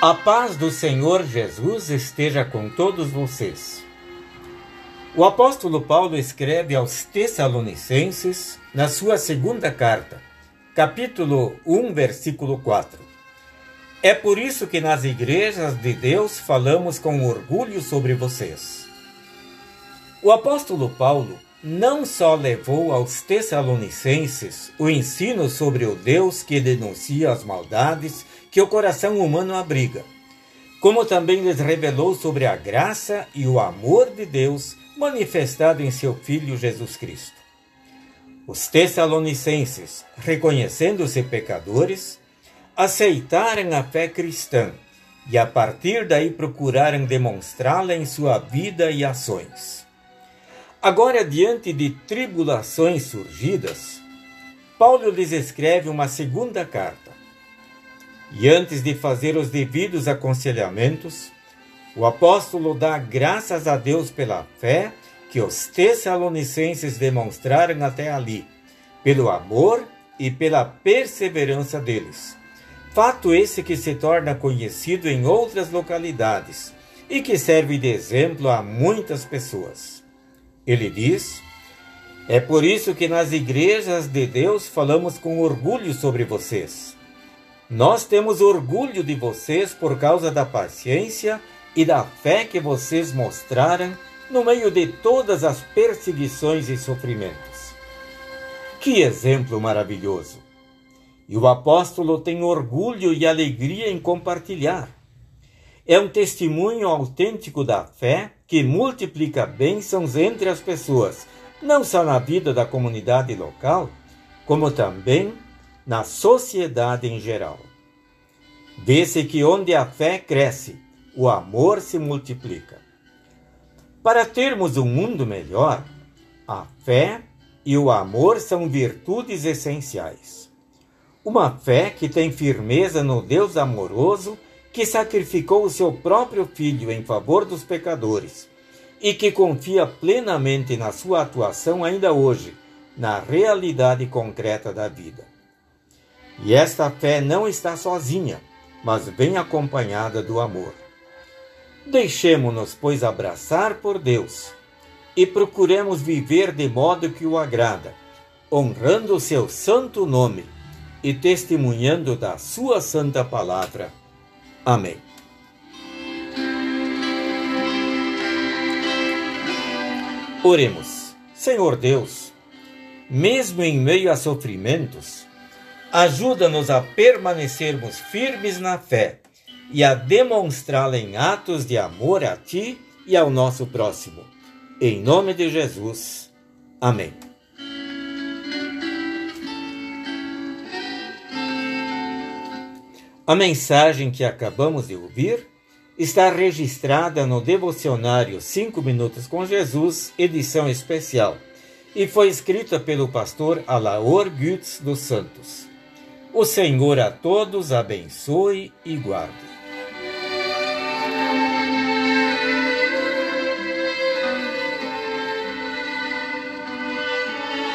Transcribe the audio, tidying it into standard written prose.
A paz do Senhor Jesus esteja com todos vocês. O apóstolo Paulo escreve aos Tessalonicenses, na sua segunda carta, capítulo 1, versículo 4. É por isso que nas igrejas de Deus falamos com orgulho sobre vocês. O apóstolo Paulo não só levou aos Tessalonicenses o ensino sobre o Deus que denuncia as maldades que o coração humano abriga, como também lhes revelou sobre a graça e o amor de Deus manifestado em seu Filho Jesus Cristo. Os Tessalonicenses, reconhecendo-se pecadores, aceitaram a fé cristã e a partir daí procuraram demonstrá-la em sua vida e ações. Agora, diante de tribulações surgidas, Paulo lhes escreve uma segunda carta. E antes de fazer os devidos aconselhamentos, o apóstolo dá graças a Deus pela fé que os Tessalonicenses demonstraram até ali, pelo amor e pela perseverança deles. Fato esse que se torna conhecido em outras localidades e que serve de exemplo a muitas pessoas. Ele diz: é por isso que nas igrejas de Deus falamos com orgulho sobre vocês. Nós temos orgulho de vocês por causa da paciência e da fé que vocês mostraram no meio de todas as perseguições e sofrimentos. Que exemplo maravilhoso! E o apóstolo tem orgulho e alegria em compartilhar. É um testemunho autêntico da fé que multiplica bênçãos entre as pessoas, não só na vida da comunidade local, como também na sociedade em geral. Vê-se que onde a fé cresce, o amor se multiplica. Para termos um mundo melhor, a fé e o amor são virtudes essenciais. Uma fé que tem firmeza no Deus amoroso, que sacrificou o seu próprio Filho em favor dos pecadores e que confia plenamente na sua atuação ainda hoje, na realidade concreta da vida. E esta fé não está sozinha, mas vem acompanhada do amor. Deixemo-nos, pois, abraçar por Deus e procuremos viver de modo que o agrada, honrando o seu santo nome e testemunhando da sua santa palavra. Amém. Oremos. Senhor Deus, mesmo em meio a sofrimentos, ajuda-nos a permanecermos firmes na fé e a demonstrá-la em atos de amor a Ti e ao nosso próximo. Em nome de Jesus. Amém. A mensagem que acabamos de ouvir está registrada no devocionário 5 Minutos com Jesus, edição especial, e foi escrita pelo pastor Alaor Gütz dos Santos. O Senhor a todos abençoe e guarde.